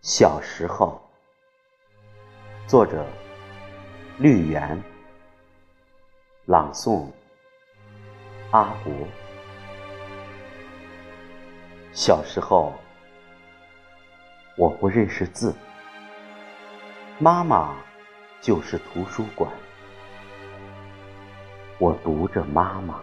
小时候，作者绿园，朗诵阿国。小时候，我不认识字，妈妈就是图书馆，我读着妈妈。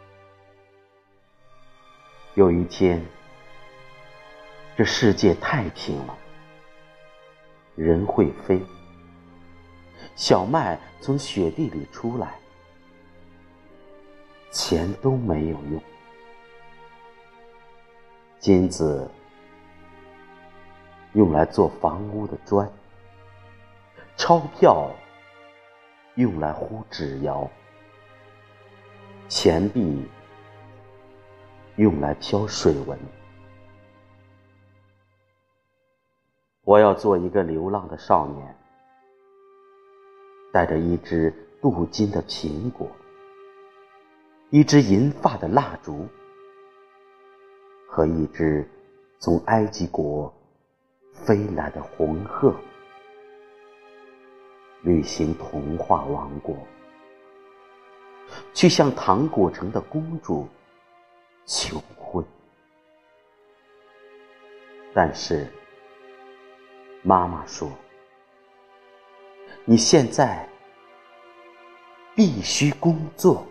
有一天，这世界太平了，人会飞，小麦从雪地里出来，钱都没有用，金子用来做房屋的砖，钞票用来糊纸摇，钱币用来飘水纹。我要做一个流浪的少年，带着一只镀金的苹果，一支银发的蜡烛，和一只从埃及国飞来的红鹤，旅行童话王国，去向糖果城的公主求婚。但是妈妈说，你现在必须工作。